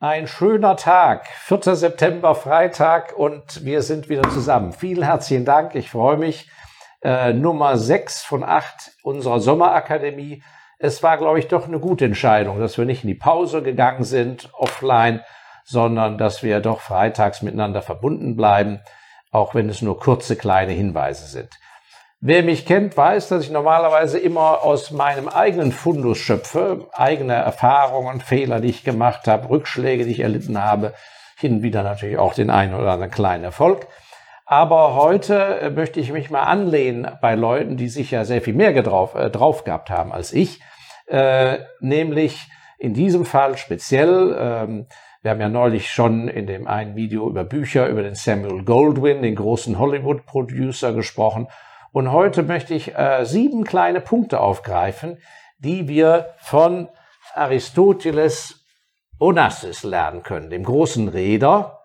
Ein schöner Tag, 4. September, Freitag, und wir sind wieder zusammen. Vielen herzlichen Dank, ich freue mich. Nummer 6 von 8 unserer Sommerakademie. Es war, glaube ich, doch eine gute Entscheidung, dass wir nicht in die Pause gegangen sind, offline, sondern dass wir doch freitags miteinander verbunden bleiben, auch wenn es nur kurze, kleine Hinweise sind. Wer mich kennt, weiß, dass ich normalerweise immer aus meinem eigenen Fundus schöpfe, eigene Erfahrungen, Fehler, die ich gemacht habe, Rückschläge, die ich erlitten habe, hin und wieder natürlich auch den einen oder anderen kleinen Erfolg. Aber heute möchte ich mich mal anlehnen bei Leuten, die sicher sehr viel mehr drauf gehabt haben als ich, nämlich in diesem Fall speziell, wir haben ja neulich schon in dem einen Video über Bücher, über den Samuel Goldwyn, den großen Hollywood-Producer, gesprochen. Und heute möchte ich 7 kleine Punkte aufgreifen, die wir von Aristoteles Onassis lernen können, dem großen Reeder.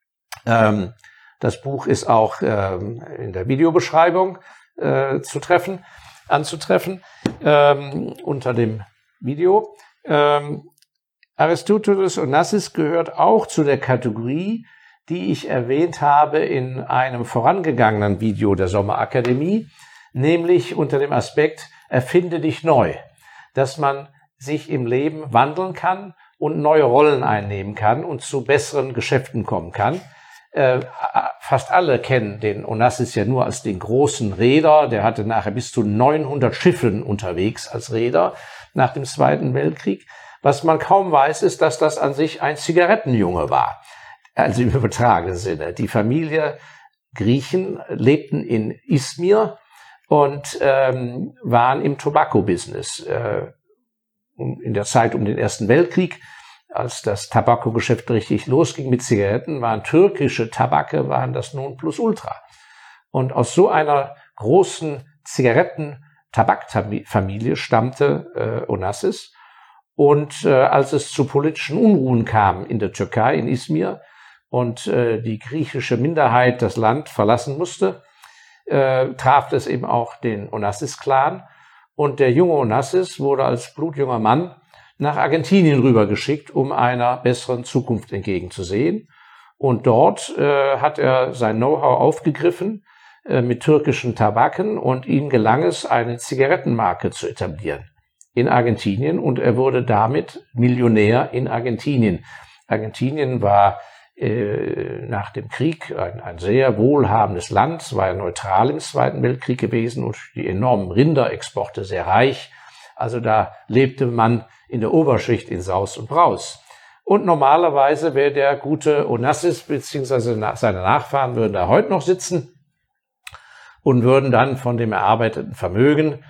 Das Buch ist auch in der Videobeschreibung anzutreffen, unter dem Video. Aristoteles Onassis gehört auch zu der Kategorie, die ich erwähnt habe in einem vorangegangenen Video der Sommerakademie, nämlich unter dem Aspekt Erfinde dich neu, dass man sich im Leben wandeln kann und neue Rollen einnehmen kann und zu besseren Geschäften kommen kann. Fast alle kennen den Onassis ja nur als den großen Reeder, der hatte nachher bis zu 900 Schiffen unterwegs als Reeder nach dem Zweiten Weltkrieg. Was man kaum weiß, ist, dass das an sich ein Zigarettenjunge war. Also im übertragenen Sinne. Die Familie Griechen lebten in Izmir und waren im Tobacco-Business. In der Zeit um den Ersten Weltkrieg, als das Tabakkogeschäft richtig losging mit Zigaretten, waren türkische Tabake, waren das Nonplusultra. Und aus so einer großen Zigaretten-Tabakfamilie stammte Onassis. Und als es zu politischen Unruhen kam in der Türkei, in Izmir, und die griechische Minderheit das Land verlassen musste, traf es eben auch den Onassis-Clan. Und der junge Onassis wurde als blutjunger Mann nach Argentinien rübergeschickt, um einer besseren Zukunft entgegenzusehen. Und dort hat er sein Know-how aufgegriffen mit türkischen Tabaken, und ihm gelang es, eine Zigarettenmarke zu etablieren in Argentinien, und er wurde damit Millionär in Argentinien. Argentinien war nach dem Krieg ein sehr wohlhabendes Land, es war ja neutral im Zweiten Weltkrieg gewesen und die enormen Rinderexporte sehr reich. Also da lebte man in der Oberschicht in Saus und Braus. Und normalerweise wäre der gute Onassis bzw. seine Nachfahren würden da heute noch sitzen und würden dann von dem erarbeiteten Vermögen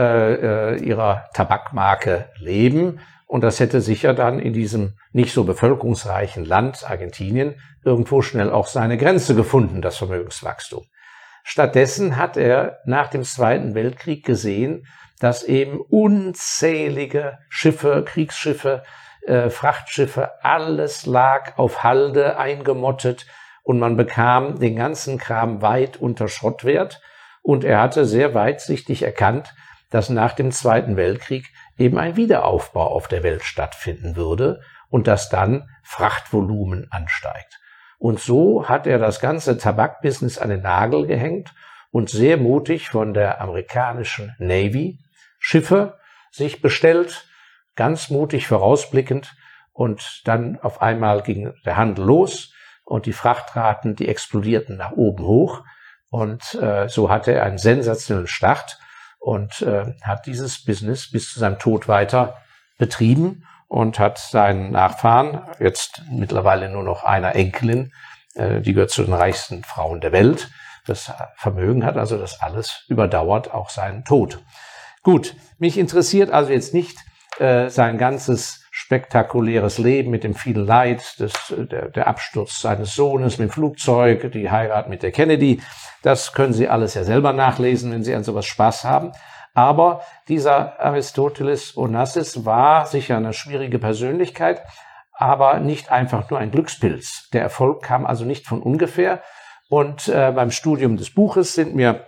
ihrer Tabakmarke leben. Und das hätte sicher dann in diesem nicht so bevölkerungsreichen Land Argentinien irgendwo schnell auch seine Grenze gefunden, das Vermögenswachstum. Stattdessen hat er nach dem Zweiten Weltkrieg gesehen, dass eben unzählige Schiffe, Kriegsschiffe, Frachtschiffe, alles lag auf Halde eingemottet und man bekam den ganzen Kram weit unter Schrottwert. Und er hatte sehr weitsichtig erkannt, dass nach dem Zweiten Weltkrieg eben ein Wiederaufbau auf der Welt stattfinden würde und dass dann Frachtvolumen ansteigt. Und so hat er das ganze Tabakbusiness an den Nagel gehängt und sehr mutig von der amerikanischen Navy Schiffe sich bestellt, ganz mutig vorausblickend, und dann auf einmal ging der Handel los und die Frachtraten, die explodierten nach oben hoch, und so hatte er einen sensationellen Start und hat dieses Business bis zu seinem Tod weiter betrieben und hat seinen Nachfahren, jetzt mittlerweile nur noch einer Enkelin, die gehört zu den reichsten Frauen der Welt. Das Vermögen hat also das alles überdauert, auch seinen Tod. Gut, mich interessiert also jetzt nicht sein ganzes spektakuläres Leben mit dem vielen Leid, der Absturz seines Sohnes mit dem Flugzeug, die Heirat mit der Kennedy. Das können Sie alles ja selber nachlesen, wenn Sie an sowas Spaß haben. Aber dieser Aristoteles Onassis war sicher eine schwierige Persönlichkeit, aber nicht einfach nur ein Glückspilz. Der Erfolg kam also nicht von ungefähr. Und beim Studium des Buches sind mir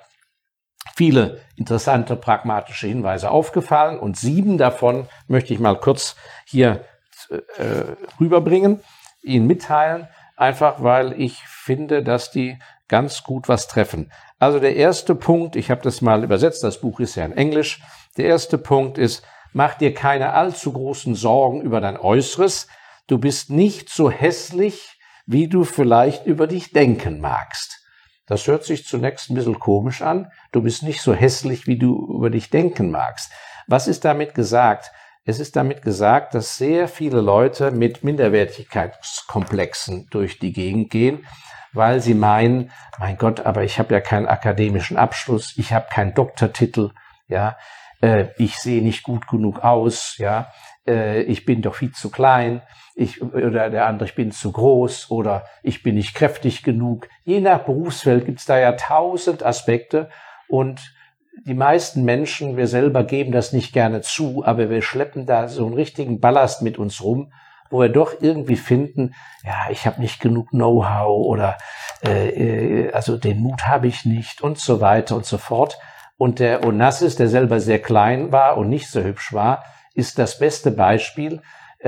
viele interessante pragmatische Hinweise aufgefallen und 7 davon möchte ich mal kurz hier rüberbringen, Ihnen mitteilen, einfach weil ich finde, dass die ganz gut was treffen. Also der erste Punkt, ich habe das mal übersetzt, das Buch ist ja in Englisch, der erste Punkt ist, mach dir keine allzu großen Sorgen über dein Äußeres. Du bist nicht so hässlich, wie du vielleicht über dich denken magst. Das hört sich zunächst ein bisschen komisch an. Du bist nicht so hässlich, wie du über dich denken magst. Was ist damit gesagt? Es ist damit gesagt, dass sehr viele Leute mit Minderwertigkeitskomplexen durch die Gegend gehen, weil sie meinen, mein Gott, aber ich habe ja keinen akademischen Abschluss, ich habe keinen Doktortitel, ja, ich sehe nicht gut genug aus, ja, ich bin doch viel zu klein, oder der andere, ich bin zu groß oder ich bin nicht kräftig genug. Je nach Berufsfeld gibt es da ja 1000 Aspekte und die meisten Menschen, wir selber geben das nicht gerne zu, aber wir schleppen da so einen richtigen Ballast mit uns rum, wo wir doch irgendwie finden, ja, ich habe nicht genug Know-how oder also den Mut habe ich nicht und so weiter und so fort. Und der Onassis, der selber sehr klein war und nicht so hübsch war, ist das beste Beispiel,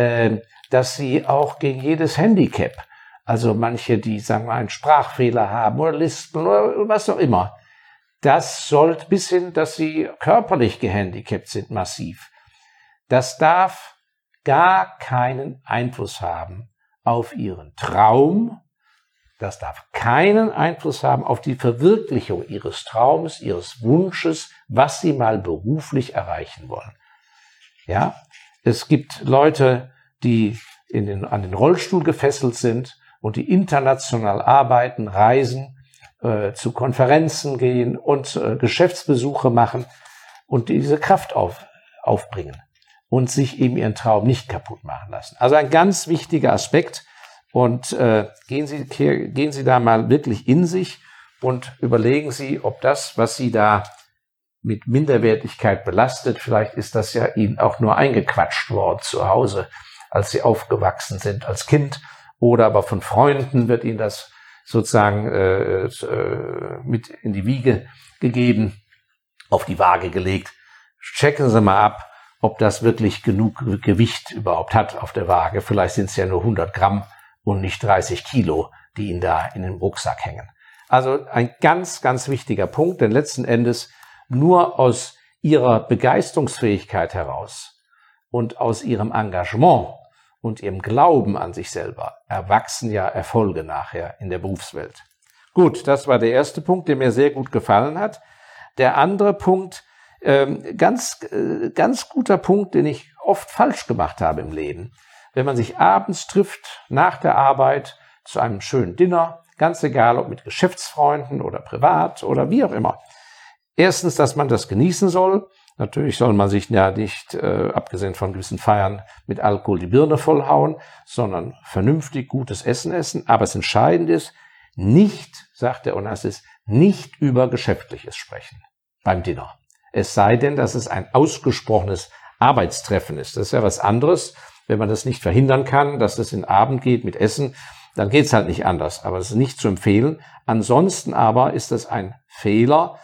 dass sie auch gegen jedes Handicap, also manche, die, sagen wir, einen Sprachfehler haben oder Lispeln oder was auch immer, das sollte bis hin, dass sie körperlich gehandicapt sind, massiv. Das darf gar keinen Einfluss haben auf ihren Traum. Das darf keinen Einfluss haben auf die Verwirklichung ihres Traumes, ihres Wunsches, was sie mal beruflich erreichen wollen. Ja, es gibt Leute, die an den Rollstuhl gefesselt sind und die international arbeiten, reisen, zu Konferenzen gehen und Geschäftsbesuche machen und diese Kraft aufbringen und sich eben ihren Traum nicht kaputt machen lassen. Also ein ganz wichtiger Aspekt. Und gehen Sie da mal wirklich in sich und überlegen Sie, ob das, was Sie da mit Minderwertigkeit belastet, vielleicht ist das ja Ihnen auch nur eingequatscht worden zu Hause, als Sie aufgewachsen sind als Kind, oder aber von Freunden wird Ihnen das sozusagen mit in die Wiege gegeben, auf die Waage gelegt. Checken Sie mal ab, ob das wirklich genug Gewicht überhaupt hat auf der Waage. Vielleicht sind es ja nur 100 Gramm und nicht 30 Kilo, die Ihnen da in den Rucksack hängen. Also ein ganz, ganz wichtiger Punkt, denn letzten Endes nur aus Ihrer Begeisterungsfähigkeit heraus und aus Ihrem Engagement und Ihrem Glauben an sich selber erwachsen ja Erfolge nachher in der Berufswelt. Gut, das war der erste Punkt, der mir sehr gut gefallen hat. Der andere Punkt, ganz guter Punkt, den ich oft falsch gemacht habe im Leben. Wenn man sich abends trifft, nach der Arbeit, zu einem schönen Dinner, ganz egal, ob mit Geschäftsfreunden oder privat oder wie auch immer. Erstens, dass man das genießen soll. Natürlich soll man sich ja nicht, abgesehen von gewissen Feiern, mit Alkohol die Birne vollhauen, sondern vernünftig gutes Essen essen. Aber das Entscheidende ist, nicht, sagt der Onassis, nicht über Geschäftliches sprechen beim Dinner. Es sei denn, dass es ein ausgesprochenes Arbeitstreffen ist. Das ist ja was anderes. Wenn man das nicht verhindern kann, dass das in den Abend geht mit Essen, dann geht es halt nicht anders. Aber es ist nicht zu empfehlen. Ansonsten aber ist das ein Fehler,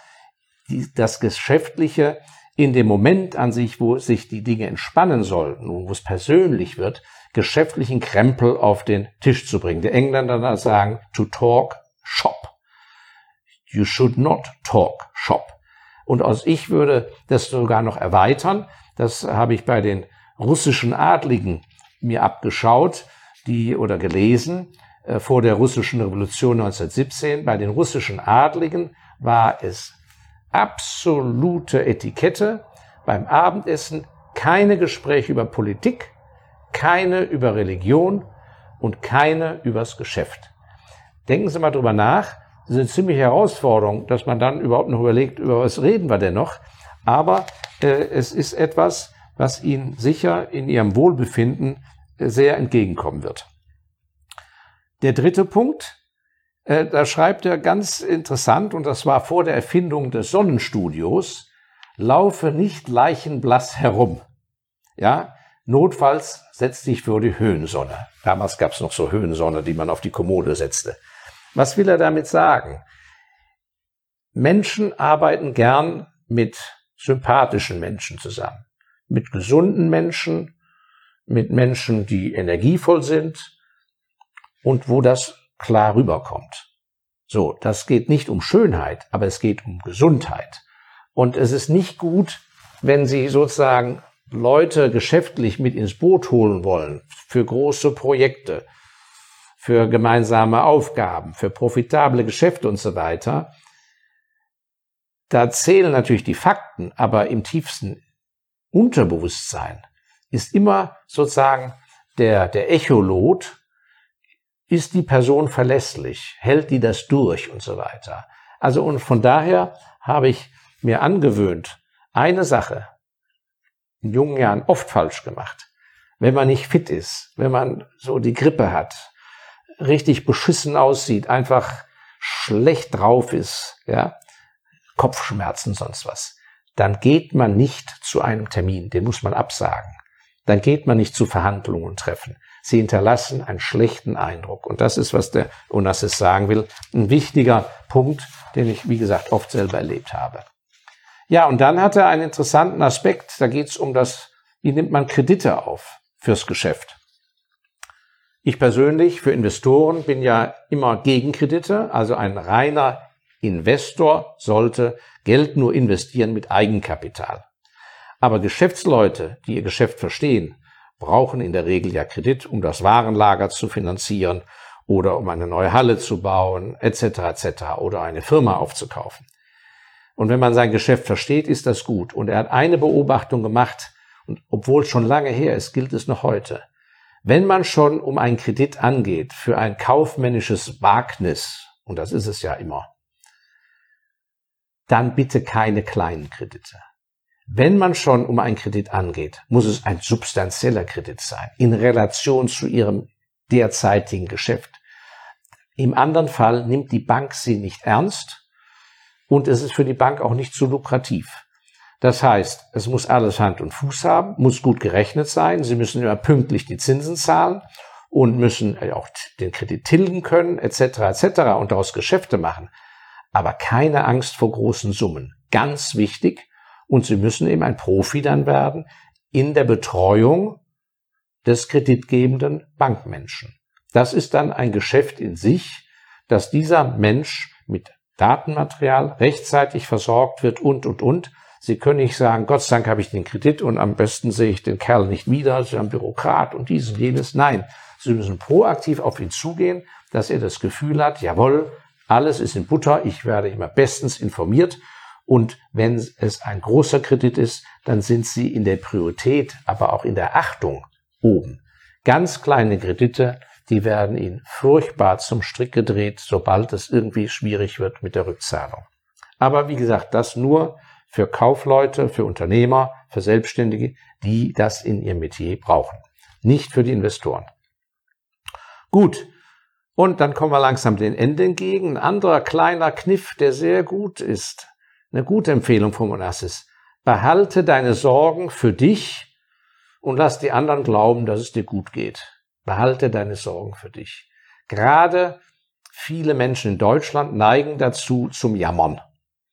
das Geschäftliche in dem Moment an sich, wo sich die Dinge entspannen sollten und wo es persönlich wird, geschäftlichen Krempel auf den Tisch zu bringen. Die Engländer sagen, to talk shop. You should not talk shop. Und ich würde das sogar noch erweitern. Das habe ich bei den russischen Adligen mir abgeschaut, oder gelesen, vor der russischen Revolution 1917. Bei den russischen Adligen war es absolute Etikette beim Abendessen, keine Gespräche über Politik, keine über Religion und keine übers Geschäft. Denken Sie mal drüber nach. Das ist eine ziemliche Herausforderung, dass man dann überhaupt noch überlegt, über was reden wir denn noch. Aber es ist etwas, was Ihnen sicher in Ihrem Wohlbefinden sehr entgegenkommen wird. Der dritte Punkt, da schreibt er ganz interessant, und das war vor der Erfindung des Sonnenstudios, laufe nicht leichenblass herum. Ja, notfalls setz dich vor die Höhensonne. Damals gab es noch so Höhensonne, die man auf die Kommode setzte. Was will er damit sagen? Menschen arbeiten gern mit sympathischen Menschen zusammen, mit gesunden Menschen, mit Menschen, die energievoll sind und wo das klar rüberkommt. So, das geht nicht um Schönheit, aber es geht um Gesundheit. Und es ist nicht gut, wenn Sie sozusagen Leute geschäftlich mit ins Boot holen wollen für große Projekte, für gemeinsame Aufgaben, für profitable Geschäfte und so weiter. Da zählen natürlich die Fakten, aber im tiefsten Unterbewusstsein ist immer sozusagen der Echolot, ist die Person verlässlich, hält die das durch und so weiter. Also und von daher habe ich mir angewöhnt, eine Sache in jungen Jahren oft falsch gemacht. Wenn man nicht fit ist, wenn man so die Grippe hat, richtig beschissen aussieht, einfach schlecht drauf ist, ja, Kopfschmerzen, sonst was, dann geht man nicht zu einem Termin, den muss man absagen. Dann geht man nicht zu Verhandlungen und Treffen. Sie hinterlassen einen schlechten Eindruck. Und das ist, was der Onassis sagen will, ein wichtiger Punkt, den ich, wie gesagt, oft selber erlebt habe. Ja, und dann hat er einen interessanten Aspekt, da geht es um das, wie nimmt man Kredite auf fürs Geschäft. Ich persönlich, für Investoren, bin ja immer gegen Kredite, also ein reiner Investor sollte Geld nur investieren mit Eigenkapital. Aber Geschäftsleute, die ihr Geschäft verstehen, brauchen in der Regel ja Kredit, um das Warenlager zu finanzieren oder um eine neue Halle zu bauen, etc. etc. oder eine Firma aufzukaufen. Und wenn man sein Geschäft versteht, ist das gut. Und er hat eine Beobachtung gemacht, und obwohl es schon lange her ist, gilt es noch heute. Wenn man schon um einen Kredit angeht für ein kaufmännisches Wagnis, und das ist es ja immer, dann bitte keine kleinen Kredite. Wenn man schon um einen Kredit angeht, muss es ein substanzieller Kredit sein, in Relation zu Ihrem derzeitigen Geschäft. Im anderen Fall nimmt die Bank Sie nicht ernst und es ist für die Bank auch nicht so lukrativ. Das heißt, es muss alles Hand und Fuß haben, muss gut gerechnet sein, Sie müssen immer pünktlich die Zinsen zahlen und müssen auch den Kredit tilgen können, etc. etc. und daraus Geschäfte machen. Aber keine Angst vor großen Summen. Ganz wichtig. Und Sie müssen eben ein Profi dann werden in der Betreuung des kreditgebenden Bankmenschen. Das ist dann ein Geschäft in sich, dass dieser Mensch mit Datenmaterial rechtzeitig versorgt wird und. Sie können nicht sagen, Gott sei Dank habe ich den Kredit und am besten sehe ich den Kerl nicht wieder, Sie haben Bürokrat und dies und jenes. Nein, Sie müssen proaktiv auf ihn zugehen, dass er das Gefühl hat, jawohl, alles ist in Butter, ich werde immer bestens informiert. Und wenn es ein großer Kredit ist, dann sind Sie in der Priorität, aber auch in der Achtung oben. Ganz kleine Kredite, die werden Ihnen furchtbar zum Strick gedreht, sobald es irgendwie schwierig wird mit der Rückzahlung. Aber wie gesagt, das nur für Kaufleute, für Unternehmer, für Selbstständige, die das in ihrem Metier brauchen. Nicht für die Investoren. Gut. Und dann kommen wir langsam dem Ende entgegen. Ein anderer kleiner Kniff, der sehr gut ist. Eine gute Empfehlung vom Onassis. Behalte deine Sorgen für dich und lass die anderen glauben, dass es dir gut geht. Behalte deine Sorgen für dich. Gerade viele Menschen in Deutschland neigen dazu zum Jammern.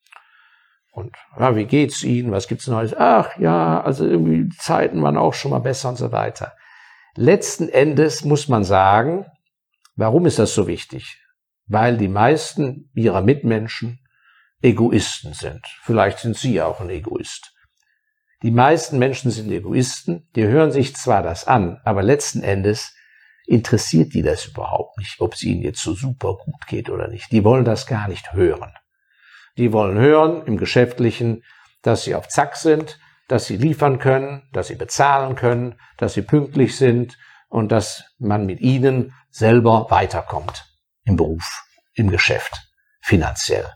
Und ja, wie geht's Ihnen? Was gibt's Neues? Ach ja, also irgendwie die Zeiten waren auch schon mal besser und so weiter. Letzten Endes muss man sagen, warum ist das so wichtig? Weil die meisten ihrer Mitmenschen Egoisten sind. Vielleicht sind Sie auch ein Egoist. Die meisten Menschen sind Egoisten, die hören sich zwar das an, aber letzten Endes interessiert die das überhaupt nicht, ob es ihnen jetzt so super gut geht oder nicht. Die wollen das gar nicht hören. Die wollen hören im Geschäftlichen, dass sie auf Zack sind, dass sie liefern können, dass sie bezahlen können, dass sie pünktlich sind und dass man mit ihnen selber weiterkommt im Beruf, im Geschäft, finanziell.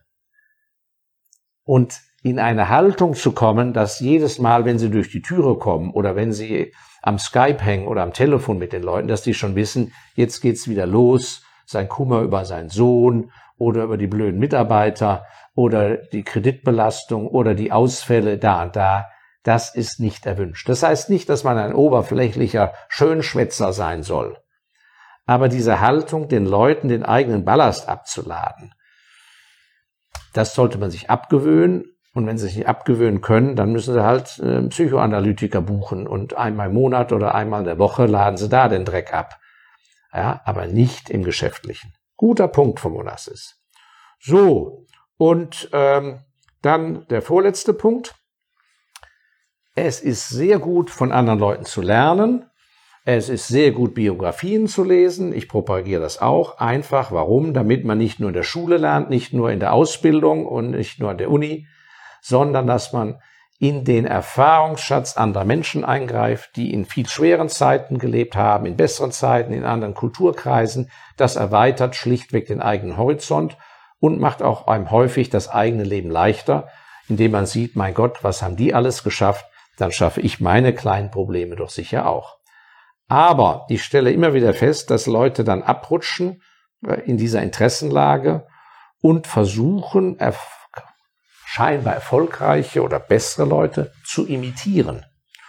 Und in eine Haltung zu kommen, dass jedes Mal, wenn sie durch die Türe kommen oder wenn sie am Skype hängen oder am Telefon mit den Leuten, dass die schon wissen, jetzt geht's wieder los, sein Kummer über seinen Sohn oder über die blöden Mitarbeiter oder die Kreditbelastung oder die Ausfälle da und da, das ist nicht erwünscht. Das heißt nicht, dass man ein oberflächlicher Schönschwätzer sein soll. Aber diese Haltung, den Leuten den eigenen Ballast abzuladen, das sollte man sich abgewöhnen Und wenn sie sich nicht abgewöhnen können, dann müssen sie halt einen Psychoanalytiker buchen und einmal im Monat oder einmal in der Woche laden sie da den Dreck ab. Ja, aber nicht im Geschäftlichen. Guter Punkt vom Onassis. So, und dann der vorletzte Punkt. Es ist sehr gut, von anderen Leuten zu lernen. Es ist sehr gut, Biografien zu lesen. Ich propagiere das auch. Einfach, warum? Damit man nicht nur in der Schule lernt, nicht nur in der Ausbildung und nicht nur an der Uni, sondern dass man in den Erfahrungsschatz anderer Menschen eingreift, die in viel schweren Zeiten gelebt haben, in besseren Zeiten, in anderen Kulturkreisen. Das erweitert schlichtweg den eigenen Horizont und macht auch einem häufig das eigene Leben leichter, indem man sieht, mein Gott, was haben die alles geschafft? Dann schaffe ich meine kleinen Probleme doch sicher auch. Aber ich stelle immer wieder fest, dass Leute dann abrutschen in dieser Interessenlage und versuchen, scheinbar erfolgreiche oder bessere Leute zu imitieren,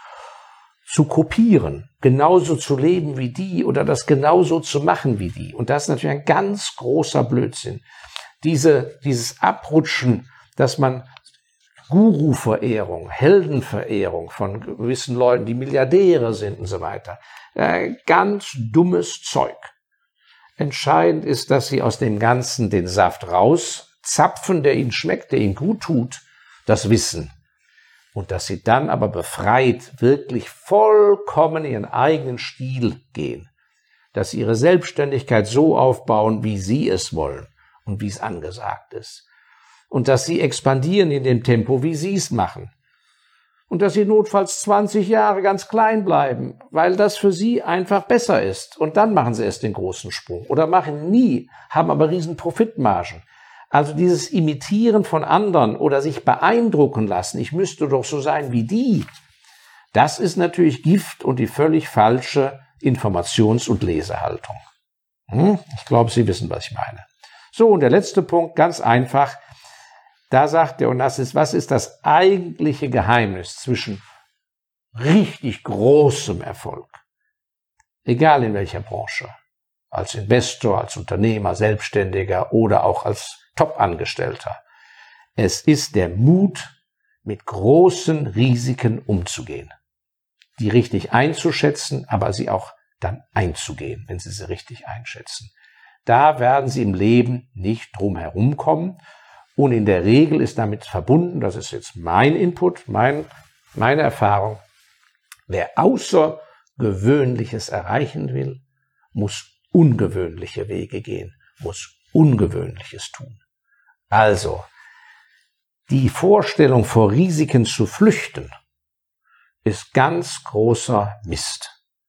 zu kopieren, genauso zu leben wie die oder das genauso zu machen wie die. Und das ist natürlich ein ganz großer Blödsinn. Dieses Abrutschen, dass man Guru-Verehrung, Heldenverehrung von gewissen Leuten, die Milliardäre sind und so weiter, ganz dummes Zeug. Entscheidend ist, dass sie aus dem Ganzen den Saft rauszapfen, der ihnen schmeckt, der ihnen gut tut, das Wissen. Und dass sie dann aber befreit wirklich vollkommen ihren eigenen Stil gehen. Dass sie ihre Selbstständigkeit so aufbauen, wie sie es wollen und wie es angesagt ist. Und dass sie expandieren in dem Tempo, wie sie es machen. Und dass sie notfalls 20 Jahre ganz klein bleiben, weil das für sie einfach besser ist. Und dann machen sie erst den großen Sprung. Oder machen nie, haben aber riesen Profitmargen. Also dieses Imitieren von anderen oder sich beeindrucken lassen, ich müsste doch so sein wie die, das ist natürlich Gift und die völlig falsche Informations- und Lesehaltung. Ich glaube, Sie wissen, was ich meine. So, und der letzte Punkt, ganz einfach. Da sagt der Onassis, was ist das eigentliche Geheimnis zwischen richtig großem Erfolg, egal in welcher Branche, als Investor, als Unternehmer, Selbstständiger oder auch als Top-Angestellter. Es ist der Mut, mit großen Risiken umzugehen, die richtig einzuschätzen, aber sie auch dann einzugehen, wenn Sie sie richtig einschätzen. Da werden Sie im Leben nicht drum herum kommen. Und in der Regel ist damit verbunden, das ist jetzt mein Input, meine Erfahrung, wer Außergewöhnliches erreichen will, muss ungewöhnliche Wege gehen, muss Ungewöhnliches tun. Also, die Vorstellung, vor Risiken zu flüchten, ist ganz großer Mist.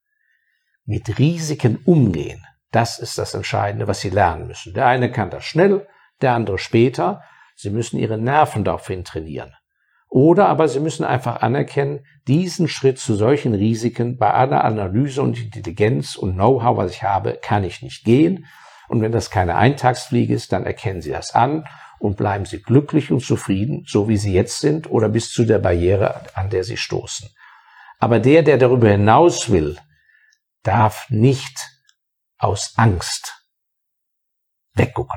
Mit Risiken umgehen, das ist das Entscheidende, was Sie lernen müssen. Der eine kann das schnell, der andere später. Sie müssen Ihre Nerven daraufhin trainieren. Oder aber Sie müssen einfach anerkennen, diesen Schritt zu solchen Risiken bei aller Analyse und Intelligenz und Know-how, was ich habe, kann ich nicht gehen. Und wenn das keine Eintagsfliege ist, dann erkennen Sie das an und bleiben Sie glücklich und zufrieden, so wie Sie jetzt sind oder bis zu der Barriere, an der Sie stoßen. Aber der darüber hinaus will, darf nicht aus Angst weggucken.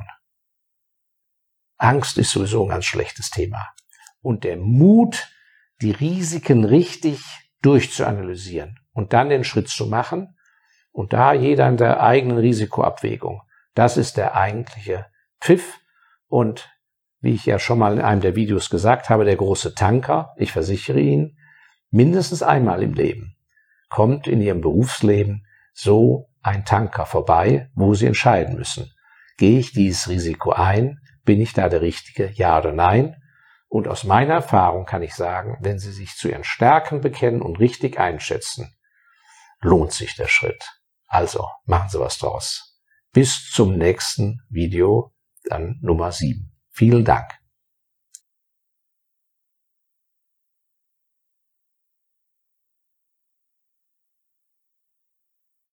Angst ist sowieso ein ganz schlechtes Thema. Und der Mut, die Risiken richtig durchzuanalysieren und dann den Schritt zu machen und da jeder in der eigenen Risikoabwägung, das ist der eigentliche Pfiff. Und wie ich ja schon mal in einem der Videos gesagt habe, der große Tanker, ich versichere Ihnen, mindestens einmal im Leben kommt in Ihrem Berufsleben so ein Tanker vorbei, wo Sie entscheiden müssen. Gehe ich dieses Risiko ein? Bin ich da der Richtige? Ja oder nein? Und aus meiner Erfahrung kann ich sagen, wenn Sie sich zu Ihren Stärken bekennen und richtig einschätzen, lohnt sich der Schritt. Also machen Sie was draus. Bis zum nächsten Video, dann Nummer 7. Vielen Dank.